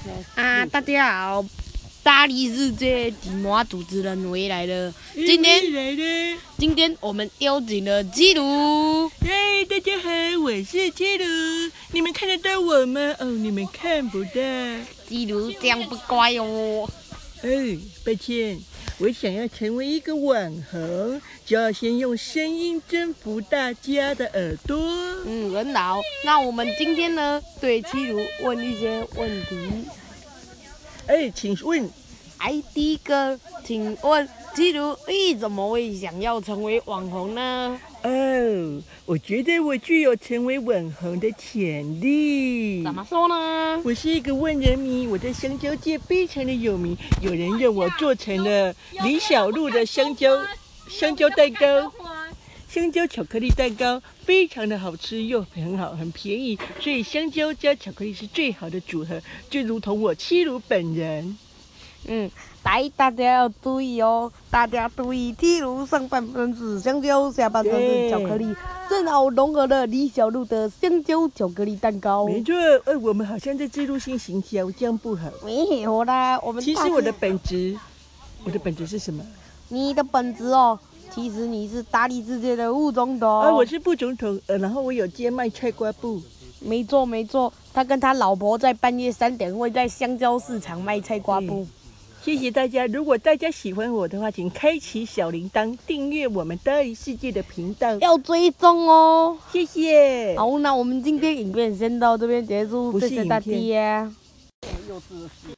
大家好，大力世界底摩主持人回来了。今天我们邀请了基鲁。 嗨，大家好，我是基鲁。你们看得到我吗？哦，你们看不到。 基鲁这样不乖哦。 抱歉，我想要成为一个网红，就要先用声音征服大家的耳朵。 很好。那我们今天呢，对基鲁问一些问题。 请问， 第一个，请问基鲁，怎么会想要成为网红呢？ 我觉得我具有成为网红的潜力。 怎么说呢？ 我是一个万人迷，我在香蕉界非常的有名，有人用我做成了李小璐的香蕉蛋糕。香蕉巧克力蛋糕非常的好吃又很好，很便宜，所以香蕉加巧克力是最好的组合，就如同我七鲁本人。 大家要注意哦，大家注意，基鲁上半身是香蕉，下半身是巧克力，正好融合了李小璐的香蕉巧克力蛋糕。 没错，我们好像在植入性行销，这样不好。 没有啦， 其实我的本质是什么？ 你的本质哦。其实你是大力世界的副总统。 我是副总统，然后我有接卖菜瓜布。 没错，他跟他老婆在半夜3点会在香蕉市场卖菜瓜布。 谢谢大家，如果大家喜欢我的话，请开启小铃铛，订阅我们大力世界的频道， 要追踪哦。 谢谢。 好，那我们今天影片先到这边结束，谢谢大家。